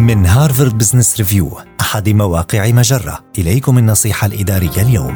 من هارفارد بزنس ريفيو أحد مواقع مجرة، إليكم النصيحة الإدارية اليوم.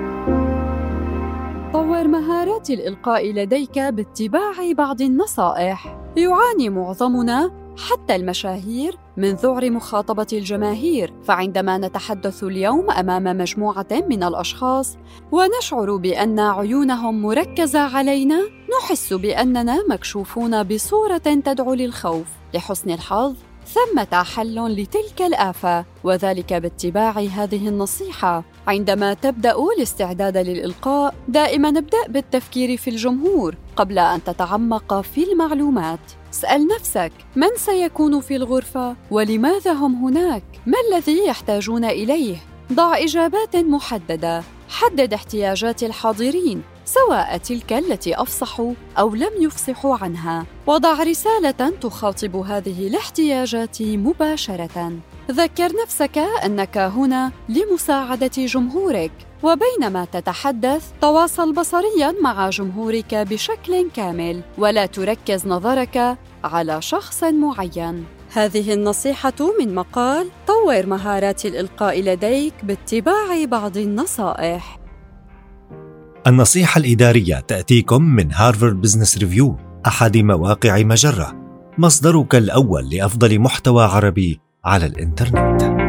طور مهارات الإلقاء لديك باتباع بعض النصائح. يعاني معظمنا حتى المشاهير من ذعر مخاطبة الجماهير، فعندما نتحدث اليوم أمام مجموعة من الأشخاص ونشعر بأن عيونهم مركزة علينا، نحس بأننا مكشوفون بصورة تدعو للخوف. لحسن الحظ ثمة حل لتلك الآفة، وذلك باتباع هذه النصيحة. عندما تبدأ الاستعداد للإلقاء، دائما ابدأ بالتفكير في الجمهور قبل أن تتعمق في المعلومات. اسأل نفسك: من سيكون في الغرفة؟ ولماذا هم هناك؟ ما الذي يحتاجون إليه؟ ضع إجابات محددة. حدد احتياجات الحاضرين، سواء تلك التي أفصحوا أو لم يفصحوا عنها، وضع رسالة تخاطب هذه الاحتياجات مباشرة. ذكر نفسك أنك هنا لمساعدة جمهورك، وبينما تتحدث تواصل بصرياً مع جمهورك بشكل كامل، ولا تركز نظرك على شخص معين. هذه النصيحة من مقال طور مهارات الإلقاء لديك باتباع بعض النصائح. النصيحة الإدارية تأتيكم من هارفارد بزنس ريفيو أحد مواقع مجرة، مصدرك الأول لأفضل محتوى عربي على الإنترنت.